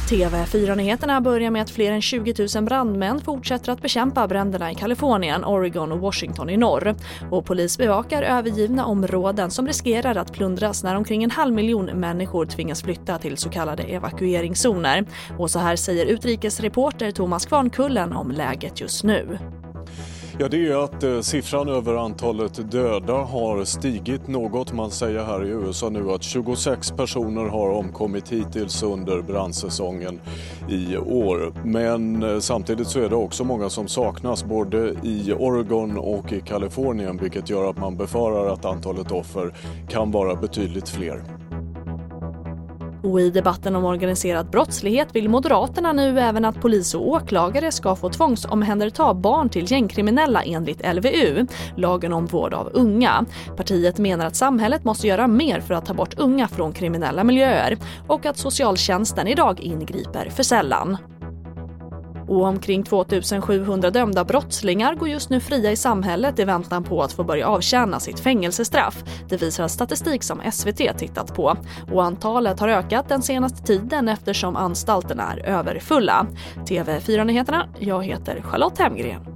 TV4-nyheterna börjar med att fler än 20 000 brandmän fortsätter att bekämpa bränderna i Kalifornien, Oregon och Washington i norr. Och polis bevakar övergivna områden som riskerar att plundras när omkring 500 000 människor tvingas flytta till så kallade evakueringszoner. Och så här säger utrikesreporter Thomas Kvarnkullen om läget just nu. Ja, det är att siffran över antalet döda har stigit något. Man säger här i USA nu att 26 personer har omkommit hittills under brandsäsongen i år. Men samtidigt så är det också många som saknas både i Oregon och i Kalifornien, vilket gör att man befarar att antalet offer kan vara betydligt fler. Och i debatten om organiserad brottslighet vill Moderaterna nu även att polis och åklagare ska få tvångsomhänderta barn till gängkriminella enligt LVU, lagen om vård av unga. Partiet menar att samhället måste göra mer för att ta bort unga från kriminella miljöer och att socialtjänsten idag ingriper för sällan. Och omkring 2700 dömda brottslingar går just nu fria i samhället i väntan på att få börja avtjäna sitt fängelsestraff. Det visar statistik som SVT tittat på. Och antalet har ökat den senaste tiden eftersom anstalterna är överfulla. TV4-nyheterna, jag heter Charlotte Hemgren.